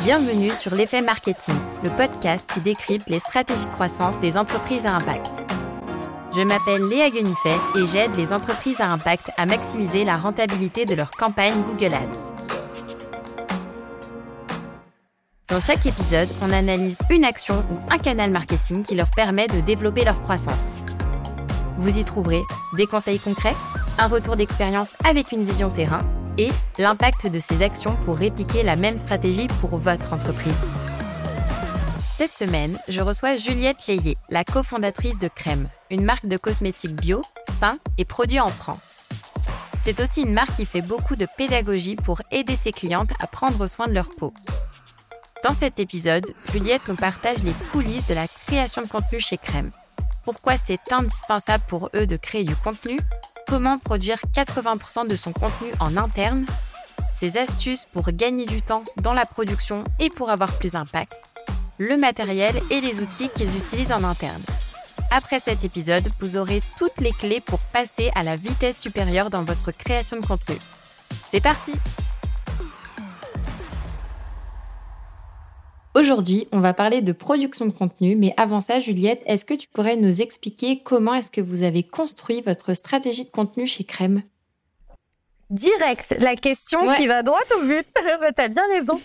Bienvenue sur l'effet marketing, le podcast qui décrypte les stratégies de croissance des entreprises à impact. Je m'appelle Léa Guenifet et j'aide les entreprises à impact à maximiser la rentabilité de leur campagne Google Ads. Dans chaque épisode, on analyse une action ou un canal marketing qui leur permet de développer leur croissance. Vous y trouverez des conseils concrets, un retour d'expérience avec une vision terrain et l'impact de ces actions pour répliquer la même stratégie pour votre entreprise. Cette semaine, je reçois Juliette Leyer, la cofondatrice de Crème, une marque de cosmétiques bio, sains et produits en France. C'est aussi une marque qui fait beaucoup de pédagogie pour aider ses clientes à prendre soin de leur peau. Dans cet épisode, Juliette nous partage les coulisses de la création de contenu chez Crème. Pourquoi c'est indispensable pour eux de créer du contenu, comment produire 80% de son contenu en interne, ses astuces pour gagner du temps dans la production et pour avoir plus d'impact, le matériel et les outils qu'ils utilisent en interne. Après cet épisode, vous aurez toutes les clés pour passer à la vitesse supérieure dans votre création de contenu. C'est parti! Aujourd'hui, on va parler de production de contenu, mais avant ça, Juliette, est-ce que tu pourrais nous expliquer comment est-ce que vous avez construit votre stratégie de contenu chez Crème ? Direct, la question qui va droit au but. T'as bien raison.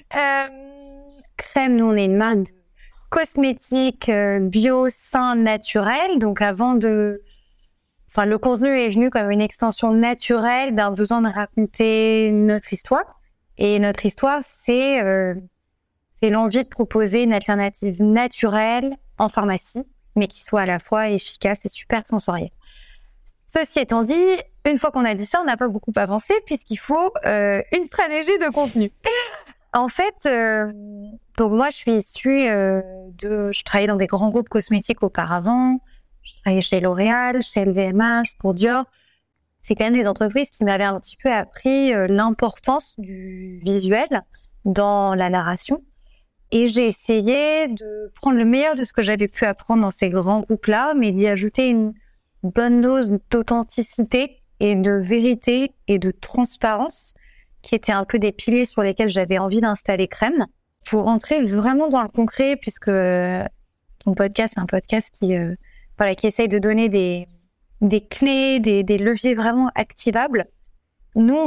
Crème, nous, on est une marque de cosmétiques bio, sains, naturels. Donc, le contenu est venu comme une extension naturelle d'un besoin de raconter notre histoire. Et notre histoire, c'est l'envie de proposer une alternative naturelle en pharmacie, mais qui soit à la fois efficace et super sensorielle. Ceci étant dit, une fois qu'on a dit ça, on n'a pas beaucoup avancé puisqu'il faut une stratégie de contenu. En fait, donc moi, je suis issue je travaillais dans des grands groupes cosmétiques auparavant. Je travaillais chez L'Oréal, chez LVMH, pour Dior. C'est quand même des entreprises qui m'avaient un petit peu appris l'importance du visuel dans la narration. Et j'ai essayé de prendre le meilleur de ce que j'avais pu apprendre dans ces grands groupes-là, mais d'y ajouter une bonne dose d'authenticité et de vérité et de transparence, qui étaient un peu des piliers sur lesquels j'avais envie d'installer Crème, pour rentrer vraiment dans le concret, puisque ton podcast, c'est un podcast qui essaye de donner des clés, des leviers vraiment activables. Nous,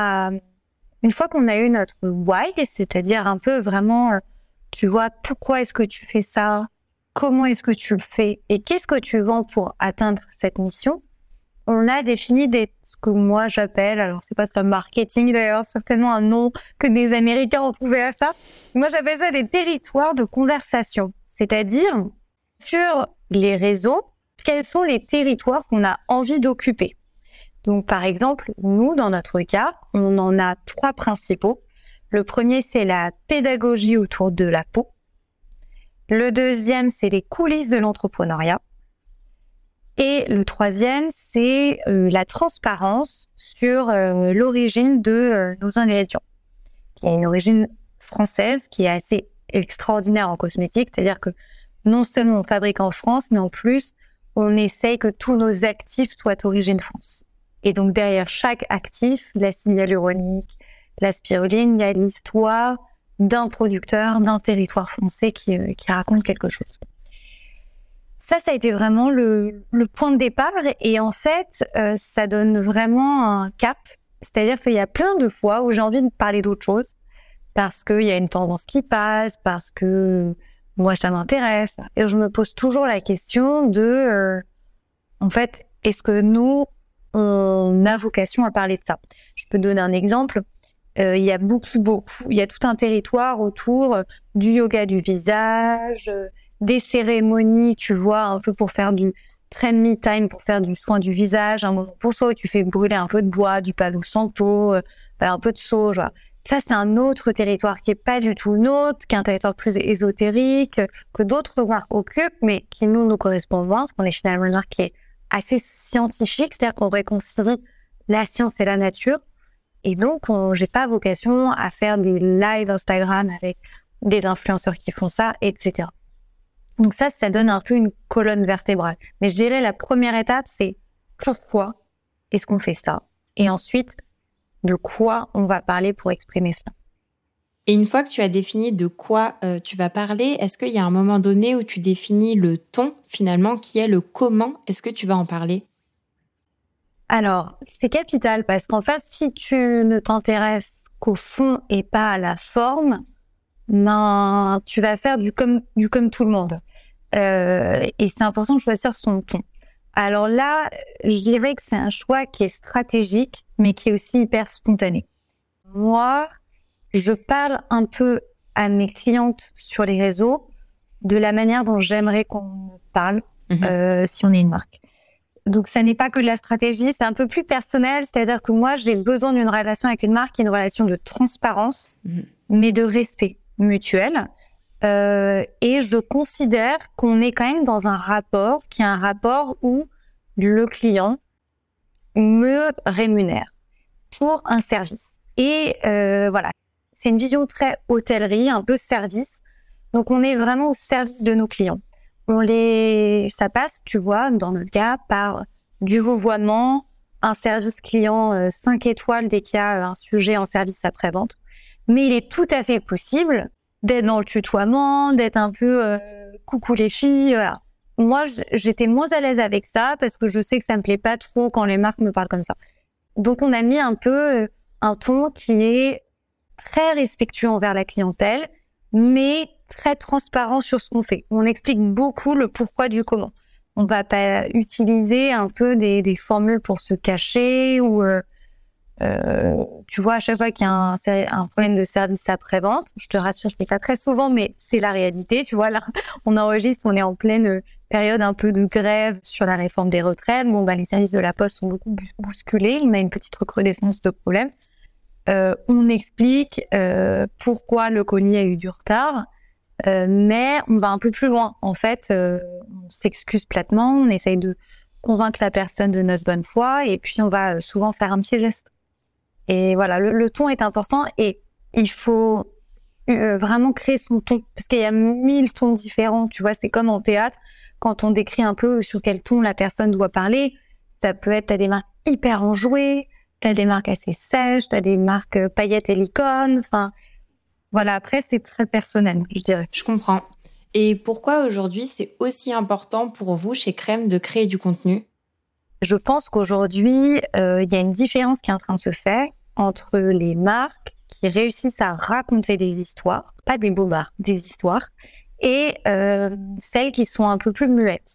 une fois qu'on a eu notre why, c'est-à-dire un peu vraiment, tu vois, pourquoi est-ce que tu fais ça, comment est-ce que tu le fais et qu'est-ce que tu vends pour atteindre cette mission, on a défini ce que moi j'appelle, alors c'est pas ça marketing d'ailleurs, certainement un nom que des Américains ont trouvé à ça. Moi j'appelle ça des territoires de conversation, c'est-à-dire sur les réseaux, quels sont les territoires qu'on a envie d'occuper. Donc, par exemple, nous, dans notre cas, on en a 3 principaux. Le premier, c'est la pédagogie autour de la peau. Le deuxième, c'est les coulisses de l'entrepreneuriat. Et le troisième, c'est la transparence sur l'origine de nos ingrédients, qui a une origine française, qui est assez extraordinaire en cosmétique. C'est-à-dire que non seulement on fabrique en France, mais en plus, on essaye que tous nos actifs soient d'origine France. Et donc, derrière chaque actif, l'acide hyaluronique, la spiruline, il y a l'histoire d'un producteur, d'un territoire français qui raconte quelque chose. Ça a été vraiment le point de départ. Et en fait, ça donne vraiment un cap. C'est-à-dire qu'il y a plein de fois où j'ai envie de parler d'autre chose parce qu'il y a une tendance qui passe, parce que moi, ça m'intéresse. Et je me pose toujours la question de, en fait, est-ce que nous, on a vocation à parler de ça. Je peux donner un exemple. Il y a il y a tout un territoire autour du yoga du visage, des cérémonies, tu vois, un peu pour faire du train me time, pour faire du soin du visage, un moment pour soi où tu fais brûler un peu de bois, du palo santo, un peu de sauge. Voilà. Ça, c'est un autre territoire qui est pas du tout le nôtre, qui est un territoire plus ésotérique, que d'autres marques occupent, mais qui nous correspond moins, parce qu'on est finalement une marque qui est assez scientifique, c'est-à-dire qu'on réconcilie la science et la nature. Et donc, j'ai pas vocation à faire des lives Instagram avec des influenceurs qui font ça, etc. Donc ça donne un peu une colonne vertébrale. Mais je dirais la première étape, c'est pourquoi est-ce qu'on fait ça ? Et ensuite, de quoi on va parler pour exprimer cela. Et une fois que tu as défini de quoi tu vas parler, est-ce qu'il y a un moment donné où tu définis le ton, finalement, qui est le comment est-ce que tu vas en parler? Alors, c'est capital parce qu'en fait, si tu ne t'intéresses qu'au fond et pas à la forme, ben, tu vas faire du comme tout le monde. Et c'est important de choisir son ton. Alors là, je dirais que c'est un choix qui est stratégique, mais qui est aussi hyper spontané. Moi, je parle un peu à mes clientes sur les réseaux de la manière dont j'aimerais qu'on parle si on est une marque. Donc, ça n'est pas que de la stratégie, c'est un peu plus personnel. C'est-à-dire que moi, j'ai besoin d'une relation avec une marque qui est une relation de transparence, mais de respect mutuel. Et je considère qu'on est quand même dans un rapport qui est un rapport où le client me rémunère pour un service. Et voilà, c'est une vision très hôtellerie, un peu service. Donc, on est vraiment au service de nos clients. Ça passe, tu vois, dans notre cas, par du vouvoiement, un service client 5 étoiles dès qu'il y a un sujet en service après-vente. Mais il est tout à fait possible d'être dans le tutoiement, d'être un peu coucou les filles, voilà. Moi, j'étais moins à l'aise avec ça parce que je sais que ça me plaît pas trop quand les marques me parlent comme ça. Donc, on a mis un peu un ton qui est très respectueux envers la clientèle, mais très transparent sur ce qu'on fait. On explique beaucoup le pourquoi du comment. On va pas utiliser un peu des formules pour se cacher ou tu vois, à chaque fois qu'il y a un problème de service après-vente, je te rassure, je ne fais pas très souvent, mais c'est la réalité. Tu vois, là, on enregistre, on est en pleine période un peu de grève sur la réforme des retraites. Bon, les services de la Poste sont beaucoup bousculés. On a une petite recrudescence de problèmes. On explique pourquoi le colis a eu du retard. Mais on va un peu plus loin. En fait, on s'excuse platement, on essaye de convaincre la personne de notre bonne foi et puis on va souvent faire un petit geste. Et voilà, le ton est important et il faut vraiment créer son ton parce qu'il y a 1000 tons différents. Tu vois, c'est comme en théâtre, quand on décrit un peu sur quel ton la personne doit parler, ça peut être, t'as des marques hyper enjouées, t'as des marques assez sèches, t'as des marques paillettes et licornes, enfin... Voilà, après, c'est très personnel, je dirais. Je comprends. Et pourquoi aujourd'hui, c'est aussi important pour vous, chez Crème, de créer du contenu? Je pense qu'aujourd'hui, il y a une différence qui est en train de se faire entre les marques qui réussissent à raconter des histoires, pas des bobards, des histoires, et celles qui sont un peu plus muettes.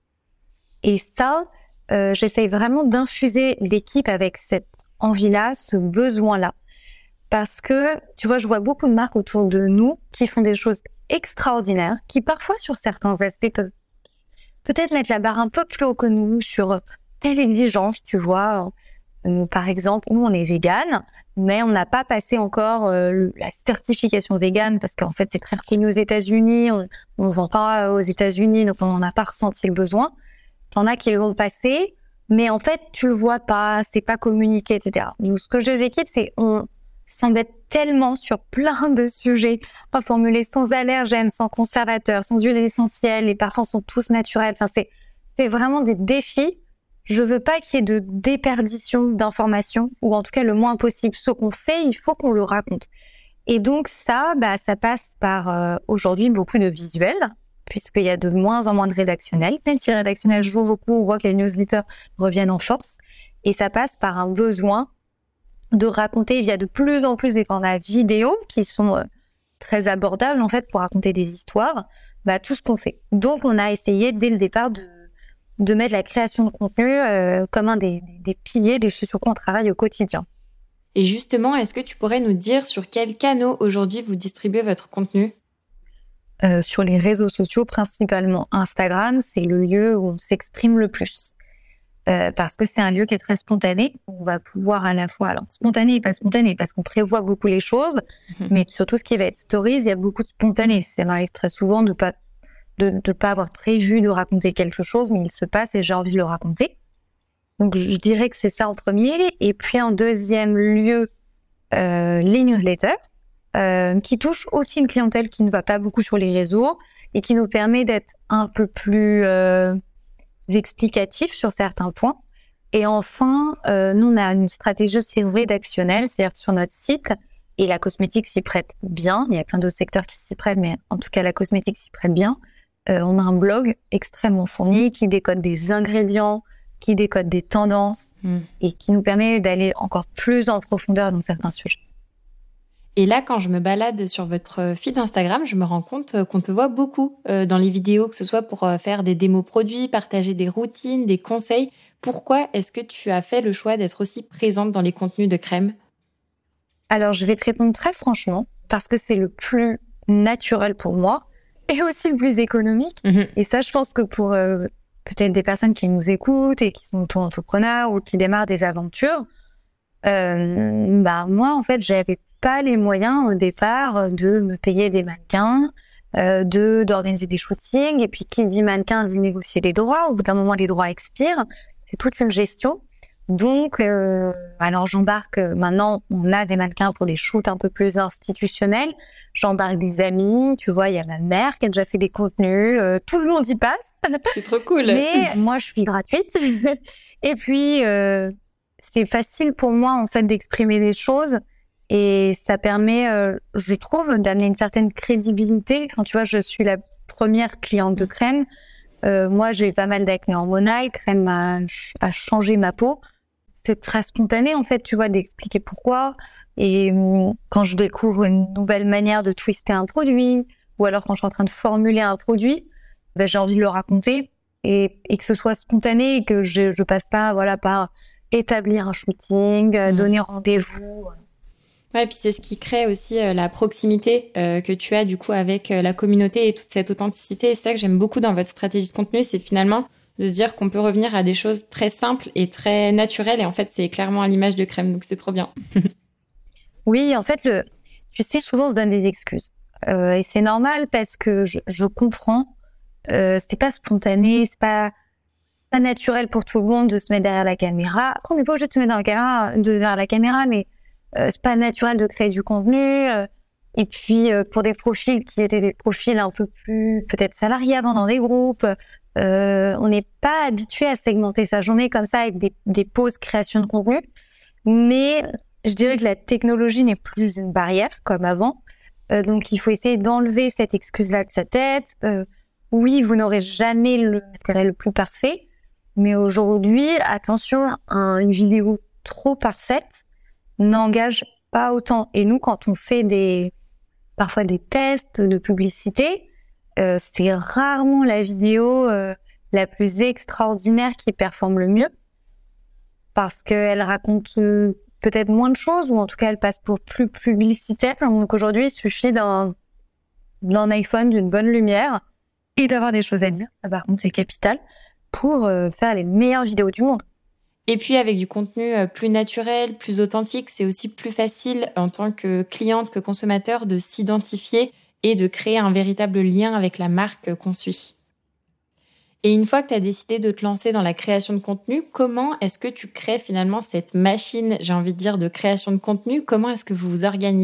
Et ça, j'essaye vraiment d'infuser l'équipe avec cette envie-là, ce besoin-là. Parce que, tu vois, je vois beaucoup de marques autour de nous qui font des choses extraordinaires, qui parfois, sur certains aspects, peuvent peut-être mettre la barre un peu plus haut que nous sur telle exigence, tu vois. Par exemple, nous, on est vegan, mais on n'a pas passé encore la certification vegan parce qu'en fait, c'est très reconnu aux États-Unis. On ne vend pas aux États-Unis, donc on n'en a pas ressenti le besoin. T'en as qui l'ont passé, mais en fait, tu le vois pas, c'est pas communiqué, etc. Donc, ce que je dis aux équipes, c'est s'embête tellement sur plein de sujets, pas formulés sans allergènes, sans conservateurs, sans huiles essentielles, les parfums sont tous naturels. Enfin, c'est vraiment des défis. Je veux pas qu'il y ait de déperdition d'informations, ou en tout cas le moins possible. Ce qu'on fait, il faut qu'on le raconte. Et donc ça passe par aujourd'hui beaucoup de visuels, puisqu'il y a de moins en moins de rédactionnels. Même si le rédactionnel joue beaucoup, on voit que les newsletters reviennent en force. Et ça passe par un besoin de raconter via de plus en plus des formats vidéo qui sont très abordables en fait pour raconter des histoires, tout ce qu'on fait. Donc on a essayé dès le départ de mettre la création de contenu comme un des piliers de ce sur quoi on travaille au quotidien. Et justement, est-ce que tu pourrais nous dire sur quels canaux aujourd'hui vous distribuez votre contenu ? Sur les réseaux sociaux, principalement Instagram, c'est le lieu où on s'exprime le plus. Parce que c'est un lieu qui est très spontané. On va pouvoir à la fois, alors spontané et pas spontané, parce qu'on prévoit beaucoup les choses, mais surtout ce qui va être stories, il y a beaucoup de spontané. Ça m'arrive très souvent de pas avoir prévu de raconter quelque chose, mais il se passe et j'ai envie de le raconter. Donc je dirais que c'est ça en premier. Et puis en deuxième lieu, les newsletters, qui touchent aussi une clientèle qui ne va pas beaucoup sur les réseaux et qui nous permet d'être un peu plus explicatif sur certains points. Et enfin, nous, on a une stratégie aussi rédactionnelle, c'est-à-dire que sur notre site, Et la cosmétique s'y prête bien. Il y a plein d'autres secteurs qui s'y prêtent, mais en tout cas, la cosmétique s'y prête bien. On a un blog extrêmement fourni qui décode des ingrédients, qui décode des tendances et qui nous permet d'aller encore plus en profondeur dans certains sujets. Et là, quand je me balade sur votre feed Instagram, je me rends compte qu'on te voit beaucoup dans les vidéos, que ce soit pour faire des démos produits, partager des routines, des conseils. Pourquoi est-ce que tu as fait le choix d'être aussi présente dans les contenus de Crème ? Alors, je vais te répondre très franchement, parce que c'est le plus naturel pour moi et aussi le plus économique. Et ça, je pense que pour peut-être des personnes qui nous écoutent et qui sont auto-entrepreneurs ou qui démarrent des aventures, moi, en fait, j'avais pas les moyens au départ de me payer des mannequins, d'organiser des shootings. Et puis, qui dit mannequin dit négocier les droits. Au bout d'un moment, les droits expirent. C'est toute une gestion. Donc, alors j'embarque, maintenant, on a des mannequins pour des shoots un peu plus institutionnels. J'embarque des amis, tu vois, il y a ma mère qui a déjà fait des contenus, tout le monde y passe. C'est trop cool. Mais moi, je suis gratuite. Et puis, c'est facile pour moi, en fait, d'exprimer des choses. Et ça permet, je trouve, d'amener une certaine crédibilité. Quand tu vois, je suis la première cliente de Crème. Moi, j'ai pas mal d'acné hormonal. Crème a changé ma peau. C'est très spontané, en fait, tu vois, d'expliquer pourquoi. Et quand je découvre une nouvelle manière de twister un produit, ou alors quand je suis en train de formuler un produit, j'ai envie de le raconter et que ce soit spontané et que je passe pas, par établir un shooting, donner rendez-vous. Ouais, et puis c'est ce qui crée aussi la proximité que tu as du coup avec la communauté et toute cette authenticité. Et c'est ça que j'aime beaucoup dans votre stratégie de contenu, c'est finalement de se dire qu'on peut revenir à des choses très simples et très naturelles. Et en fait, c'est clairement à l'image de Crème, donc c'est trop bien. Oui, en fait, tu sais, souvent on se donne des excuses. Et c'est normal parce que je comprends. C'est pas spontané, c'est pas naturel pour tout le monde de se mettre derrière la caméra. Après, on n'est pas obligé de se mettre derrière la caméra, mais c'est pas naturel de créer du contenu. Et puis, pour des profils qui étaient des profils un peu plus peut-être salariés avant dans des groupes, on n'est pas habitué à segmenter sa journée comme ça avec des pauses création de contenu. Mais je dirais que la technologie n'est plus une barrière comme avant. Donc, il faut essayer d'enlever cette excuse-là de sa tête. Oui, vous n'aurez jamais le matériel le plus parfait. Mais aujourd'hui, attention, une vidéo trop parfaite n'engage pas autant. Et nous, quand on fait parfois des tests de publicité, c'est rarement la vidéo la plus extraordinaire qui performe le mieux parce qu'elle raconte peut-être moins de choses ou en tout cas elle passe pour plus publicitaire. Donc aujourd'hui, il suffit d'un iPhone, d'une bonne lumière et d'avoir des choses à dire. Ça, par contre, c'est capital pour faire les meilleures vidéos du monde. Et puis avec du contenu plus naturel, plus authentique, c'est aussi plus facile en tant que cliente, que consommateur de s'identifier et de créer un véritable lien avec la marque qu'on suit. Et une fois que tu as décidé de te lancer dans la création de contenu, comment est-ce que tu crées finalement cette machine, j'ai envie de dire, de création de contenu ? Comment est-ce que vous vous organisez ?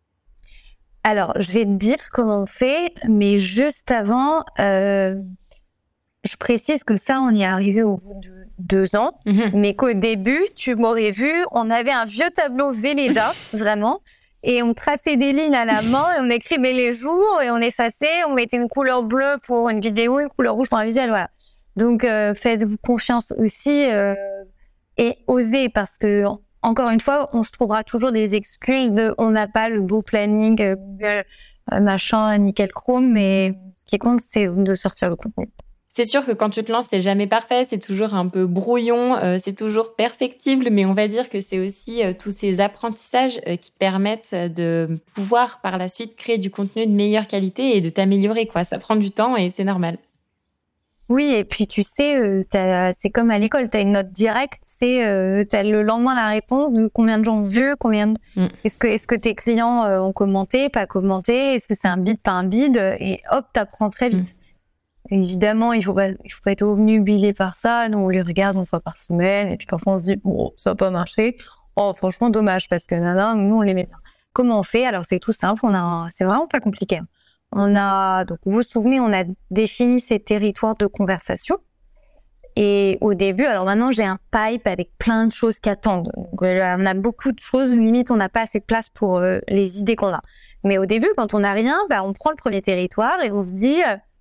Alors, je vais te dire comment on fait, mais juste avant, je précise que ça, on y est arrivé au bout de 2 ans, mais qu'au début, tu m'aurais vu, on avait un vieux tableau Velleda, vraiment, et on traçait des lignes à la main, et on écrivait les jours, et on effaçait, on mettait une couleur bleue pour une vidéo, une couleur rouge pour un visuel, voilà. Donc, faites-vous confiance aussi, et osez, parce que, encore une fois, on se trouvera toujours des excuses de on n'a pas le beau planning, Google, machin, nickel chrome, mais ce qui compte, c'est de sortir le contenu. C'est sûr que quand tu te lances, c'est jamais parfait, c'est toujours un peu brouillon, c'est toujours perfectible, mais on va dire que c'est aussi tous ces apprentissages qui permettent de pouvoir par la suite créer du contenu de meilleure qualité et de t'améliorer, quoi. Ça prend du temps et c'est normal. Oui, et puis tu sais, c'est comme à l'école, t'as une note directe, t'as le lendemain la réponse de combien de gens ont vu, est-ce que tes clients ont commenté, pas commenté, est-ce que c'est un bid, pas un bid, et hop, t'apprends très vite. Évidemment, il faut pas être obnubilé par ça. Nous, on les regarde une fois par semaine. Et puis parfois, on se dit, bon, ça n'a pas marché. Oh, franchement, dommage, parce que nous, on les met bien. Comment on fait? Alors, c'est tout simple. C'est vraiment pas compliqué. Donc, vous vous souvenez, on a défini ces territoires de conversation. Et au début, alors maintenant, j'ai un pipe avec plein de choses qui attendent. Donc, on a beaucoup de choses, limite, on n'a pas assez de place pour les idées qu'on a. Mais au début, quand on n'a rien, on prend le premier territoire et on se dit,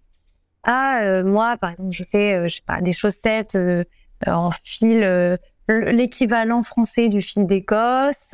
moi, par exemple, je fais, je sais pas, des chaussettes en fil, l'équivalent français du fil d'Écosse.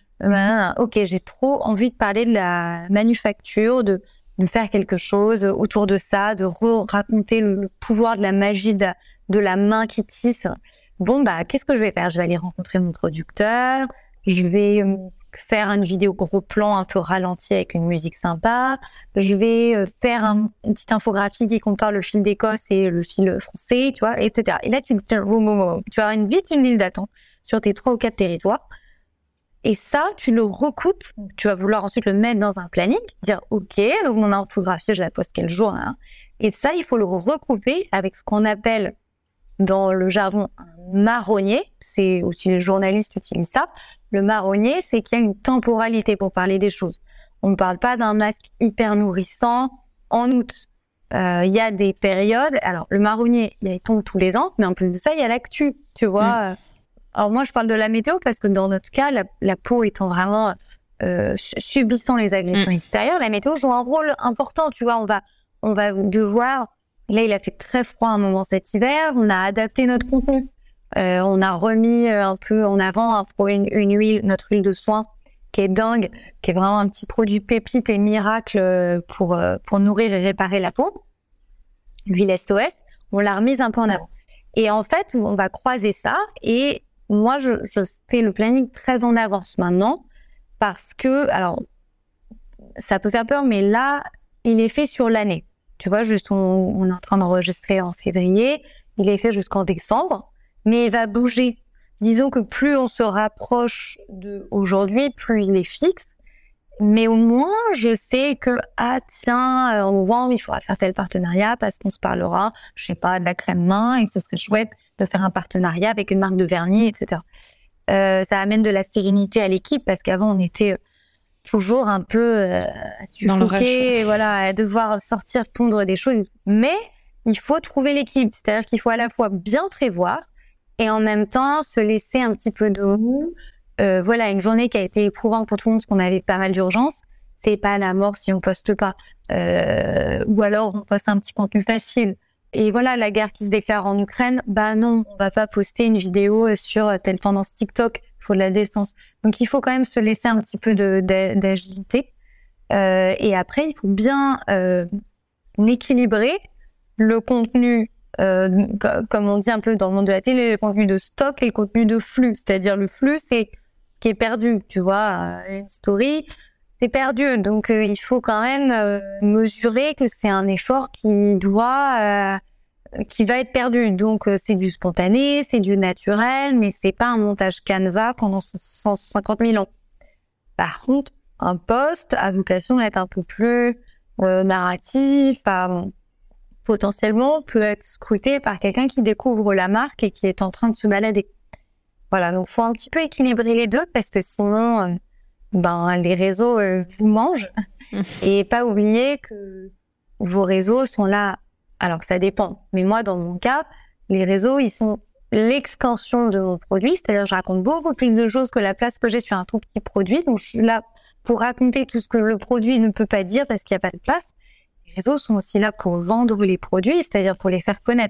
Ok, j'ai trop envie de parler de la manufacture, de faire quelque chose autour de ça, de raconter le pouvoir de la magie de la main qui tisse. Bon, qu'est-ce que je vais faire? Je vais aller rencontrer mon producteur, je vais faire une vidéo gros plan un peu ralenti avec une musique sympa, je vais faire une petite infographie qui compare le fil d'Écosse et le fil français, tu vois, etc. Et là, tu vas avoir vite une liste d'attente sur tes 3 ou 4 territoires. Et ça, tu le recoupes, tu vas vouloir ensuite le mettre dans un planning, dire ok, donc mon infographie, je la poste quel jour, hein. Et ça, il faut le recouper avec ce qu'on appelle dans le jargon un marronnier. C'est aussi les journalistes utilisent ça. Le marronnier, c'est qu'il y a une temporalité pour parler des choses. On ne parle pas d'un masque hyper nourrissant en août. Il y a des périodes. Alors le marronnier, il tombe tous les ans, mais en plus de ça, il y a l'actu, tu vois. Alors moi, je parle de la météo parce que dans notre cas, la peau étant vraiment subissant les agressions extérieures, la météo joue un rôle important. Tu vois, on va devoir. Là, il a fait très froid un moment cet hiver. On a adapté notre contenu. On a remis un peu en avant une huile, notre huile de soin, qui est dingue, qui est vraiment un petit produit pépite et miracle pour nourrir et réparer la peau. L'huile SOS, on l'a remise un peu en avant. Et en fait, on va croiser ça et moi, je fais le planning très en avance maintenant parce que, alors, ça peut faire peur, mais là, il est fait sur l'année. Tu vois, juste, on est en train d'enregistrer en février, il est fait jusqu'en décembre, mais il va bouger. Disons que plus on se rapproche d'aujourd'hui, plus il est fixe. Mais au moins, je sais que, en novembre, il faudra faire tel partenariat parce qu'on se parlera, je sais pas, de la crème main et que ce serait chouette de faire un partenariat avec une marque de vernis, etc. Ça amène de la sérénité à l'équipe parce qu'avant, on était toujours un peu suffoqués, voilà, à devoir sortir, pondre des choses. Mais il faut trouver l'équilibre. C'est-à-dire qu'il faut à la fois bien prévoir et en même temps se laisser un petit peu de mou. Voilà, une journée qui a été éprouvante pour tout le monde parce qu'on avait pas mal d'urgence. C'est pas la mort si on poste pas. Ou alors on poste un petit contenu facile. Et voilà, la guerre qui se déclare en Ukraine, non, on va pas poster une vidéo sur telle tendance TikTok. Il faut de la décence. Donc il faut quand même se laisser un petit peu d'agilité. Et après, il faut bien équilibrer le contenu, comme on dit un peu dans le monde de la télé, le contenu de stock et le contenu de flux. C'est-à-dire le flux, c'est ce qui est perdu, tu vois, une story, c'est perdu. Donc, il faut quand même mesurer que c'est un effort qui va être perdu. Donc, c'est du spontané, c'est du naturel, mais c'est pas un montage Canva pendant 150 000 ans. Par contre, un post a vocation à être un peu plus narratif, potentiellement peut être scruté par quelqu'un qui découvre la marque et qui est en train de se balader. Voilà, donc faut un petit peu équilibrer les deux parce que sinon, les réseaux vous mangent. Et pas oublier que vos réseaux sont là. Alors ça dépend, mais moi dans mon cas, les réseaux ils sont l'extension de mon produit, c'est-à-dire je raconte beaucoup plus de choses que la place que j'ai sur un tout petit produit. Donc je suis là pour raconter tout ce que le produit ne peut pas dire parce qu'il n'y a pas de place. Les réseaux sont aussi là pour vendre les produits, c'est-à-dire pour les faire connaître.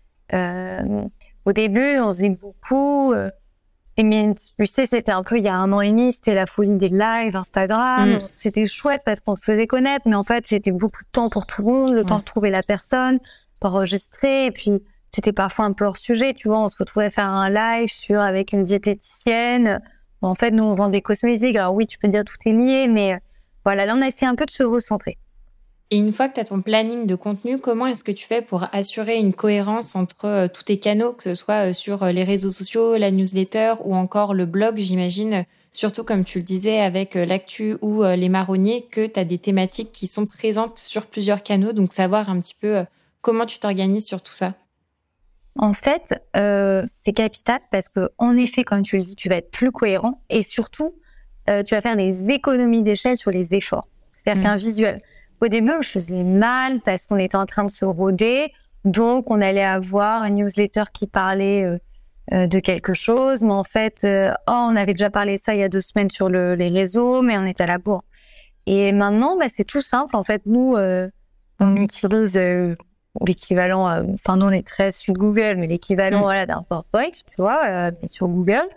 Au début, on faisait beaucoup. Mais tu sais, c'était un peu il y a 1 an et demi, c'était la folie des lives Instagram. C'était chouette parce qu'on se faisait connaître, mais en fait, c'était beaucoup de temps pour tout le monde, le temps de trouver la personne, d'enregistrer, et puis c'était parfois un peu hors sujet, tu vois. On se retrouvait à faire un live avec une diététicienne. En fait, nous, on vend des cosmétiques. Alors oui, tu peux dire tout est lié, mais voilà, là, on a essayé un peu de se recentrer. Et une fois que tu as ton planning de contenu, comment est-ce que tu fais pour assurer une cohérence entre tous tes canaux, que ce soit sur les réseaux sociaux, la newsletter ou encore le blog, j'imagine, surtout comme tu le disais avec l'actu ou les marronniers, que tu as des thématiques qui sont présentes sur plusieurs canaux, donc savoir un petit peu comment tu t'organises sur tout ça. En fait, c'est capital parce que en effet, comme tu le dis, tu vas être plus cohérent et surtout, tu vas faire des économies d'échelle sur les efforts. C'est-à-dire qu'un visuel. Au début, je faisais mal parce qu'on était en train de se roder. Donc, on allait avoir une newsletter qui parlait de quelque chose, mais en fait, on avait déjà parlé de ça il y a 2 semaines sur les réseaux, mais on est à la bourre. Et maintenant, c'est tout simple. En fait, nous, on utilise l'équivalent, nous, on est très sur Google, mais l'équivalent d'un PowerPoint, tu vois, mais sur Google.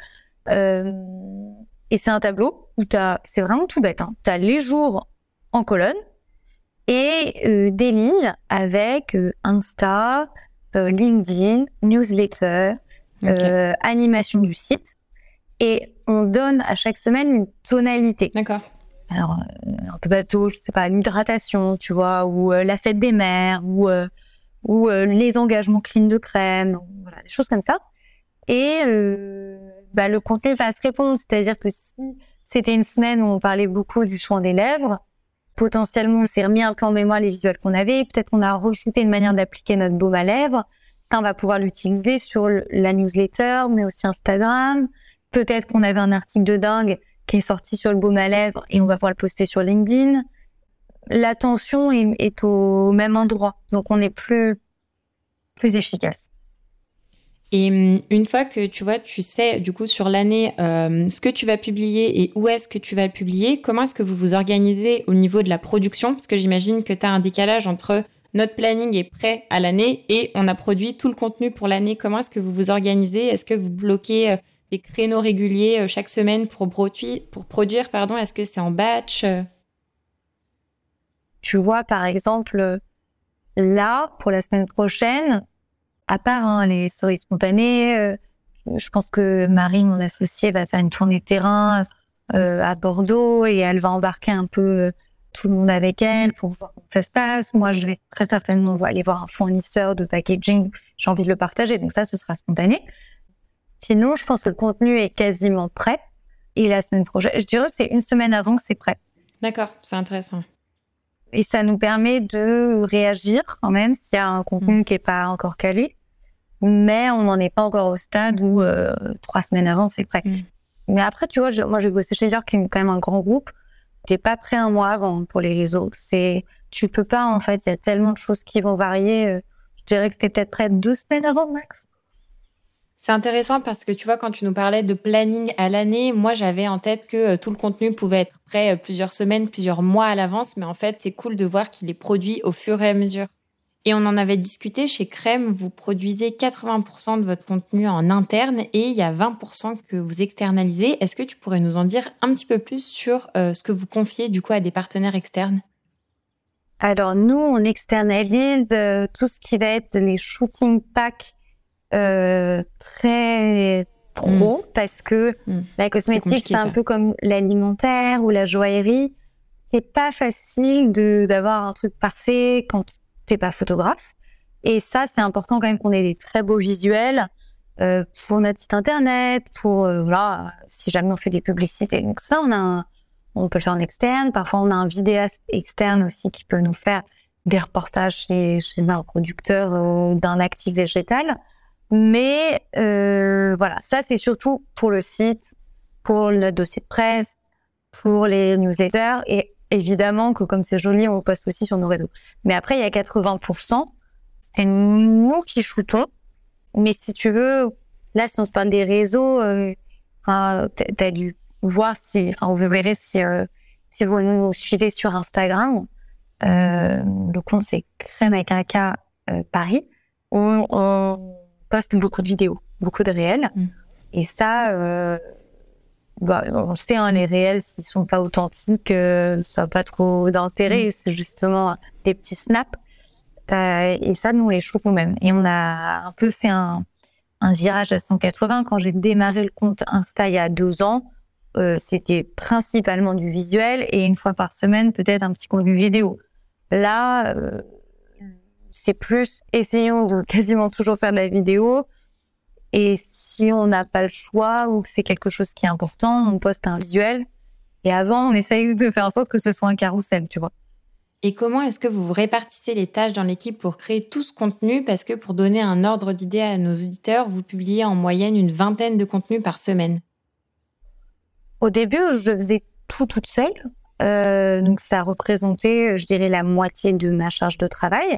Et c'est un tableau où c'est vraiment tout bête, hein. T'as les jours en colonne et des lignes avec Insta, LinkedIn, newsletter, animation du site. Et on donne à chaque semaine une tonalité. D'accord. Alors, un peu bateau, je sais pas, l'hydratation, tu vois, ou la fête des mères, ou les engagements clean de crème, voilà, des choses comme ça. Et le contenu va se répondre. C'est-à-dire que si c'était une semaine où on parlait beaucoup du soin des lèvres, potentiellement, on s'est remis un peu en mémoire les visuels qu'on avait. Peut-être qu'on a rajouté une manière d'appliquer notre baume à lèvres. Ça, on va pouvoir l'utiliser sur la newsletter, mais aussi Instagram. Peut-être qu'on avait un article de dingue qui est sorti sur le baume à lèvres et on va pouvoir le poster sur LinkedIn. L'attention est au même endroit. Donc, on est plus efficace. Et une fois que tu sais du coup sur l'année ce que tu vas publier et où est-ce que tu vas le publier, comment est-ce que vous vous organisez au niveau de la production? Parce que j'imagine que tu as un décalage entre notre planning est prêt à l'année et on a produit tout le contenu pour l'année. Comment est-ce que vous vous organisez? Est-ce que vous bloquez des créneaux réguliers chaque semaine pour produire? Est-ce que c'est en batch? Tu vois, par exemple, là, pour la semaine prochaine, à part les stories spontanées, je pense que Marie, mon associée, va faire une tournée de terrain à Bordeaux et elle va embarquer un peu tout le monde avec elle pour voir comment ça se passe. Moi, je vais très certainement aller voir un fournisseur de packaging. J'ai envie de le partager, donc ça, ce sera spontané. Sinon, je pense que le contenu est quasiment prêt. Et la semaine prochaine, je dirais que c'est une semaine avant que c'est prêt. D'accord, c'est intéressant. Et ça nous permet de réagir quand même s'il y a un contenu qui est pas encore calé. Mais on n'en est pas encore au stade où 3 semaines avant, c'est prêt. Mais après, tu vois, moi, j'ai bossé chez Dior, qui est quand même un grand groupe. T'es pas prêt un mois avant pour les réseaux. Tu peux pas, en fait, il y a tellement de choses qui vont varier. Je dirais que c'était peut-être prêt 2 semaines avant, max. C'est intéressant parce que tu vois, quand tu nous parlais de planning à l'année, moi, j'avais en tête que tout le contenu pouvait être prêt plusieurs semaines, plusieurs mois à l'avance. Mais en fait, c'est cool de voir qu'il est produit au fur et à mesure. Et on en avait discuté chez Crème, vous produisez 80% de votre contenu en interne et il y a 20% que vous externalisez. Est-ce que tu pourrais nous en dire un petit peu plus sur ce que vous confiez du coup à des partenaires externes? Alors nous, on externalise tout ce qui va être les shooting packs très pro parce que la cosmétique, c'est un peu comme l'alimentaire ou la joaillerie. C'est pas facile d'avoir un truc parfait quand t'es pas photographe. Et ça, c'est important quand même qu'on ait des très beaux visuels pour notre site internet, pour si jamais on fait des publicités. Donc ça, on peut le faire en externe. Parfois, on a un vidéaste externe aussi qui peut nous faire des reportages chez un producteur d'un actif végétal. Mais ça, c'est surtout pour le site, pour notre dossier de presse, pour les newsletters et évidemment que comme c'est joli, on le poste aussi sur nos réseaux. Mais après, il y a 80%, c'est nous qui shootons. Mais si tu veux, là, si on se parle des réseaux, t'as dû voir vous verrez si vous nous suivez sur Instagram, le compte c'est Crème avec un K Paris, on poste beaucoup de vidéos, beaucoup de réels. Et ça, on sait, les réels, s'ils sont pas authentiques, ça n'a pas trop d'intérêt. C'est justement des petits snaps. Et ça, nous, on les shoot nous-mêmes. Et on a un peu fait un virage à 180. Quand j'ai démarré le compte Insta il y a 2 ans, c'était principalement du visuel et une fois par semaine, peut-être un petit contenu vidéo. Là, c'est plus essayons de quasiment toujours faire de la vidéo. Et si on n'a pas le choix ou que c'est quelque chose qui est important, on poste un visuel. Et avant, on essaye de faire en sorte que ce soit un carrousel, tu vois. Et comment est-ce que vous répartissez les tâches dans l'équipe pour créer tout ce contenu? Parce que pour donner un ordre d'idée à nos auditeurs, vous publiez en moyenne une 20aine de contenus par semaine. Au début, je faisais tout toute seule. Donc, ça représentait, je dirais, la moitié de ma charge de travail.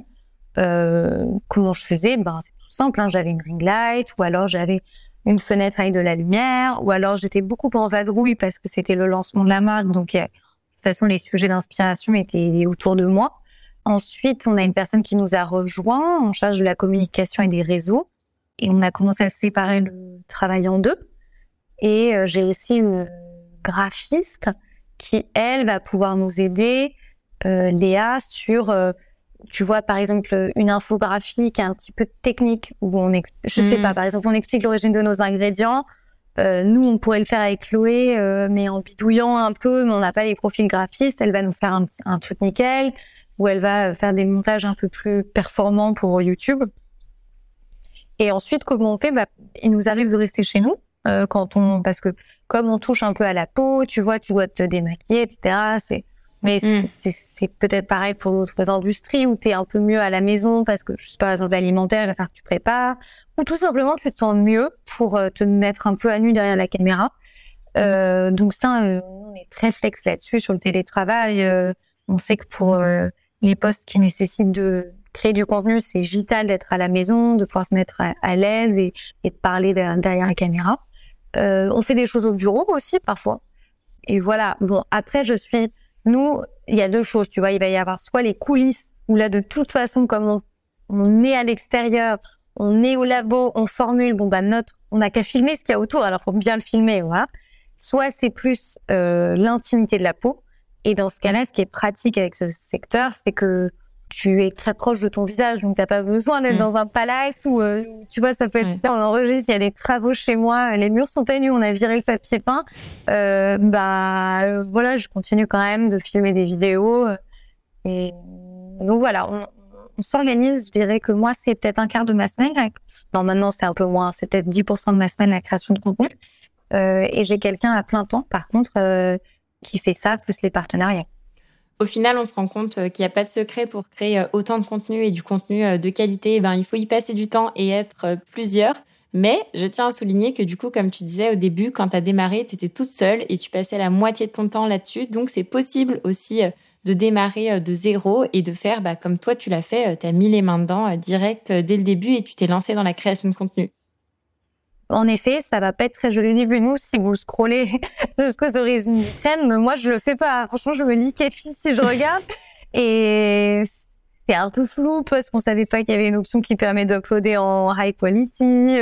Comment je faisais? C'est tout simple, hein. J'avais une ring light, ou alors j'avais une fenêtre avec de la lumière, ou alors j'étais beaucoup en vadrouille parce que c'était le lancement de la marque. Donc, de toute façon, les sujets d'inspiration étaient autour de moi. Ensuite, on a une personne qui nous a rejoints en charge de la communication et des réseaux. Et on a commencé à séparer le travail en deux. Et j'ai aussi une graphiste qui, elle, va pouvoir nous aider, Léa, sur, tu vois, par exemple, une infographie qui est un petit peu technique, où je sais pas, par exemple, on explique l'origine de nos ingrédients. Nous, on pourrait le faire avec Chloé, mais en bidouillant un peu, mais on n'a pas les profils graphistes. Elle va nous faire un truc nickel, ou elle va faire des montages un peu plus performants pour YouTube. Et ensuite, comment on fait? Il nous arrive de rester chez nous parce que comme on touche un peu à la peau, tu vois, tu dois te démaquiller, etc. C'est peut-être pareil pour d'autres industries où t'es un peu mieux à la maison parce que, je sais pas, par exemple, l'alimentaire, il va falloir que tu prépares, ou tout simplement tu te sens mieux pour te mettre un peu à nu derrière la caméra. Donc ça, on est très flex là-dessus sur le télétravail. On sait que pour les postes qui nécessitent de créer du contenu, c'est vital d'être à la maison, de pouvoir se mettre à l'aise et de parler derrière la caméra. On fait des choses au bureau aussi parfois. Et voilà. Bon, après, nous, il y a deux choses, tu vois. Il va y avoir soit les coulisses, où là, de toute façon, comme on est à l'extérieur, on est au labo, on formule, on n'a qu'à filmer ce qu'il y a autour, alors faut bien le filmer, voilà. Soit c'est plus l'intimité de la peau. Et dans ce cas-là, ce qui est pratique avec ce secteur, c'est que tu es très proche de ton visage, donc t'as pas besoin d'être dans un palace où, tu vois, ça peut être, on enregistre, il y a des travaux chez moi, les murs sont ténus, on a viré le papier peint, voilà, je continue quand même de filmer des vidéos, et donc voilà, on s'organise. Je dirais que moi, c'est peut-être un quart de ma semaine, non, maintenant c'est un peu moins, c'est peut-être 10% de ma semaine, la création de contenu, et j'ai quelqu'un à plein temps, par contre, qui fait ça, plus les partenariats. Au final, on se rend compte qu'il n'y a pas de secret pour créer autant de contenu et du contenu de qualité. Il faut y passer du temps et être plusieurs. Mais je tiens à souligner que du coup, comme tu disais au début, quand tu as démarré, tu étais toute seule et tu passais la moitié de ton temps là-dessus. Donc, c'est possible aussi de démarrer de zéro et de faire comme toi, tu l'as fait. Tu as mis les mains dedans direct dès le début et tu t'es lancée dans la création de contenu. En effet, ça va pas être très joli. Vous, si vous scrollez jusqu'aux origines du crème, moi, je le fais pas. Franchement, je me liquéfie si je regarde. Et c'est un peu flou parce qu'on savait pas qu'il y avait une option qui permet d'uploader en high quality.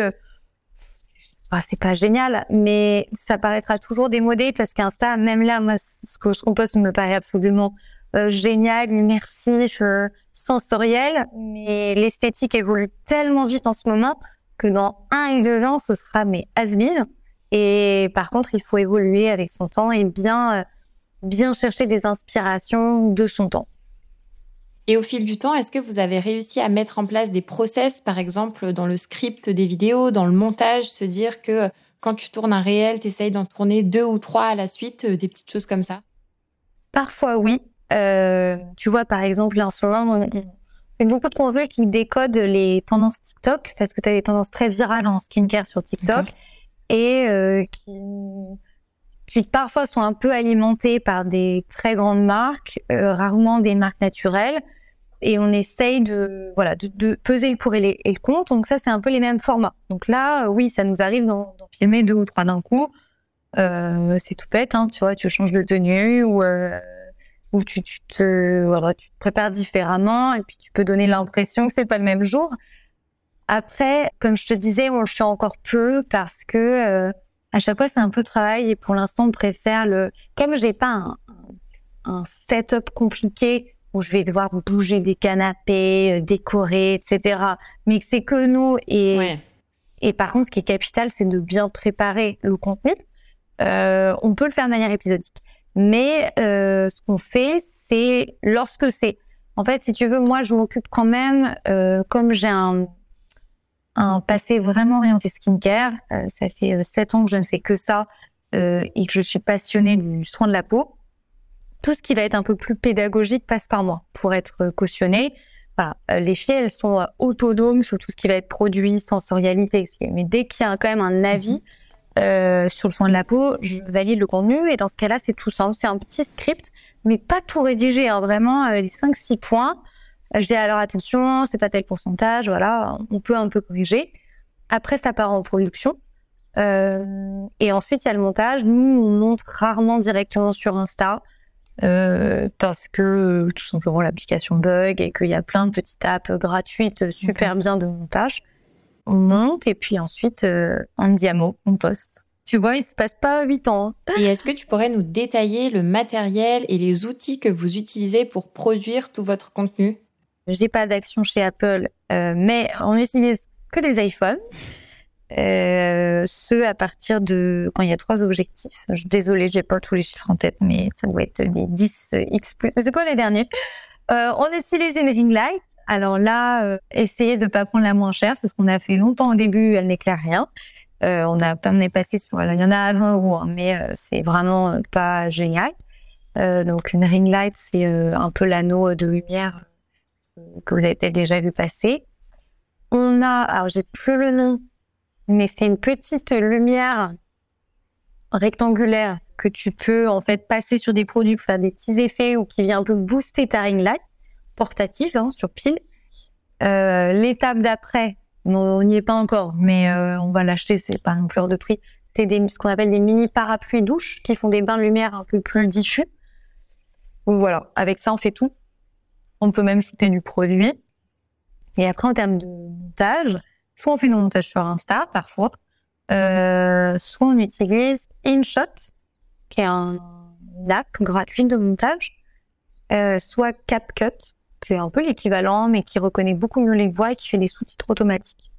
C'est pas génial, mais ça paraîtra toujours démodé parce qu'Insta, même là, moi, ce qu'on poste me paraît absolument génial, immersif, sensoriel. Mais l'esthétique évolue tellement vite en ce moment que dans 1 ou 2 ans, ce sera has-been. Et par contre, il faut évoluer avec son temps et bien chercher des inspirations de son temps. Et au fil du temps, est-ce que vous avez réussi à mettre en place des process, par exemple dans le script des vidéos, dans le montage, se dire que quand tu tournes un réel, tu essayes d'en tourner 2 ou 3 à la suite, des petites choses comme ça? Parfois, oui. Tu vois, par exemple, là, en ce moment, il y a beaucoup de contenus qui décodent les tendances TikTok, parce que tu as des tendances très virales en skincare sur TikTok, et qui parfois sont un peu alimentées par des très grandes marques, rarement des marques naturelles, et on essaye de peser le pour et le contre. Donc ça, c'est un peu les mêmes formats. Donc là, oui, ça nous arrive d'en filmer 2 ou 3 d'un coup. C'est tout bête, hein, tu vois, tu changes de tenue ou tu te prépares différemment et puis tu peux donner l'impression que c'est pas le même jour. Après, comme je te disais, on le fait encore peu parce que à chaque fois c'est un peu de travail et pour l'instant on préfère comme j'ai pas un setup compliqué où je vais devoir bouger des canapés, décorer, etc. Mais que c'est que nous et par contre ce qui est capital c'est de bien préparer le contenu. On peut le faire de manière épisodique. Mais ce qu'on fait, c'est lorsque c'est... En fait, si tu veux, moi, je m'occupe quand même, comme j'ai un passé vraiment orienté skincare, ça fait 7 ans que je ne fais que ça, et que je suis passionnée du soin de la peau. Tout ce qui va être un peu plus pédagogique passe par moi, pour être cautionné. Voilà, les filles, elles sont autonomes sur tout ce qui va être produit, sensorialité, etc. Mais dès qu'il y a quand même un avis... sur le soin de la peau, je valide le contenu et dans ce cas-là, c'est tout simple. C'est un petit script, mais pas tout rédigé, hein, vraiment les 5-6 points. Je dis alors attention, c'est pas tel pourcentage, voilà, on peut un peu corriger. Après, ça part en production. Et ensuite, il y a le montage. Nous, on monte rarement directement sur Insta parce que tout simplement l'application bug et qu'il y a plein de petites apps gratuites super bien de montage. On monte et puis ensuite, en diamo, on poste. Tu vois, il se passe pas 8 ans. Et est-ce que tu pourrais nous détailler le matériel et les outils que vous utilisez pour produire tout votre contenu ? J'ai pas d'action chez Apple, mais on utilise que des iPhones. Ce à partir de quand il y a 3 objectifs. Désolée, j'ai pas tous les chiffres en tête, mais ça doit être des 10x+. Mais c'est pas les derniers. On utilise une ring light. Alors là, essayez de pas prendre la moins chère, parce qu'on a fait longtemps au début, elle n'éclaire rien. On est passé sur, il y en a à 20 €, hein, mais c'est vraiment pas génial. Donc une ring light, c'est un peu l'anneau de lumière que vous avez peut-être déjà vu passer. On a, alors j'ai plus le nom, mais c'est une petite lumière rectangulaire que tu peux en fait passer sur des produits pour faire des petits effets ou qui vient un peu booster ta ring light portative sur pile. L'étape d'après, on n'y est pas encore, mais on va l'acheter, c'est pas non plus hors de prix. C'est ce qu'on appelle des mini parapluies douches qui font des bains de lumière un peu plus diffus. Donc voilà, avec ça on fait tout. On peut même shooter du produit. Et après en termes de montage, soit on fait nos montages sur Insta, parfois, soit on utilise InShot, qui est une app gratuite de montage, soit CapCut, qui est un peu l'équivalent, mais qui reconnaît beaucoup mieux les voix et qui fait des sous-titres automatiques.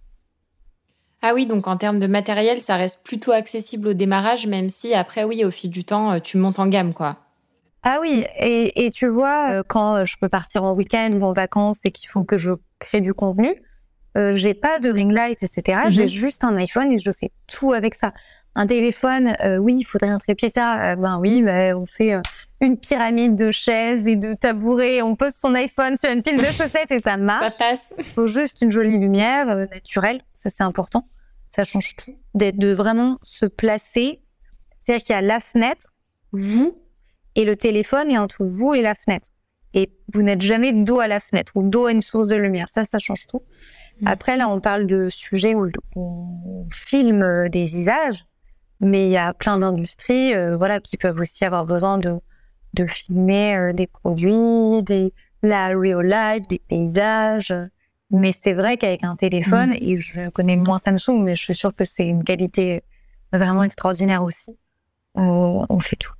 Ah oui, donc en termes de matériel, ça reste plutôt accessible au démarrage, même si après, oui, au fil du temps, tu montes en gamme, quoi. Ah oui, et tu vois, quand je peux partir en week-end ou en vacances et qu'il faut que je crée du contenu, j'ai pas de ring light, etc. J'ai juste un iPhone et je fais tout avec ça. Un téléphone, oui, il faudrait un trépied. On fait une pyramide de chaises et de tabourets. On pose son iPhone sur une pile de chaussettes et ça marche. Ça passe. Il faut juste une jolie lumière naturelle, ça c'est important. Ça change tout. De vraiment se placer. C'est-à-dire qu'il y a la fenêtre, vous et le téléphone est entre vous et la fenêtre. Et vous n'êtes jamais dos à la fenêtre ou dos à une source de lumière. Ça change tout. Après, là, on parle de sujets où on filme des visages, mais il y a plein d'industries qui peuvent aussi avoir besoin de filmer des produits, la real life, des paysages. Mais c'est vrai qu'avec un téléphone, et je connais moins Samsung, mais je suis sûre que c'est une qualité vraiment extraordinaire aussi, on fait tout.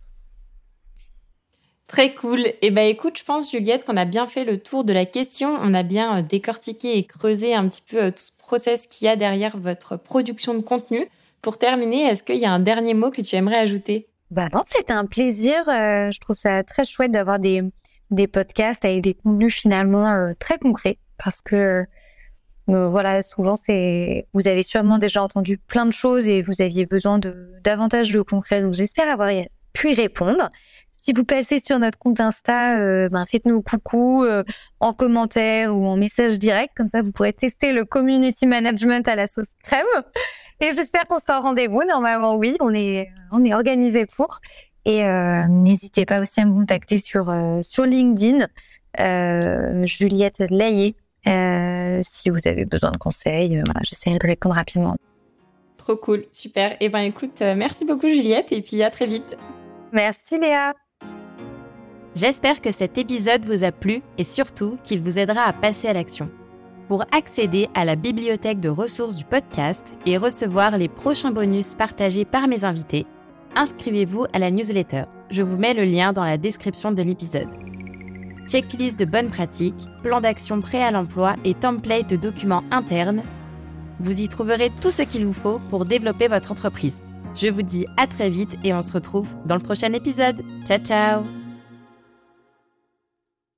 Très cool. Et écoute, je pense, Juliette, qu'on a bien fait le tour de la question. On a bien décortiqué et creusé un petit peu tout ce process qu'il y a derrière votre production de contenu. Pour terminer, est-ce qu'il y a un dernier mot que tu aimerais ajouter ? Non, c'était un plaisir. Je trouve ça très chouette d'avoir des podcasts avec des contenus finalement très concrets. Parce que souvent vous avez sûrement déjà entendu plein de choses et vous aviez besoin davantage de concret. Donc j'espère avoir pu y répondre. Si vous passez sur notre compte Insta, faites-nous coucou en commentaire ou en message direct. Comme ça, vous pourrez tester le community management à la sauce crème. Et j'espère qu'on sera au rendez-vous. Normalement, oui, on est organisé pour. Et n'hésitez pas aussi à me contacter sur LinkedIn, Juliette Layé, si vous avez besoin de conseils. J'essaierai de répondre rapidement. Trop cool, super. Et écoute, merci beaucoup Juliette et puis à très vite. Merci Léa. J'espère que cet épisode vous a plu et surtout qu'il vous aidera à passer à l'action. Pour accéder à la bibliothèque de ressources du podcast et recevoir les prochains bonus partagés par mes invités, inscrivez-vous à la newsletter. Je vous mets le lien dans la description de l'épisode. Checklist de bonnes pratiques, plan d'action prêt à l'emploi et template de documents internes. Vous y trouverez tout ce qu'il vous faut pour développer votre entreprise. Je vous dis à très vite et on se retrouve dans le prochain épisode. Ciao, ciao!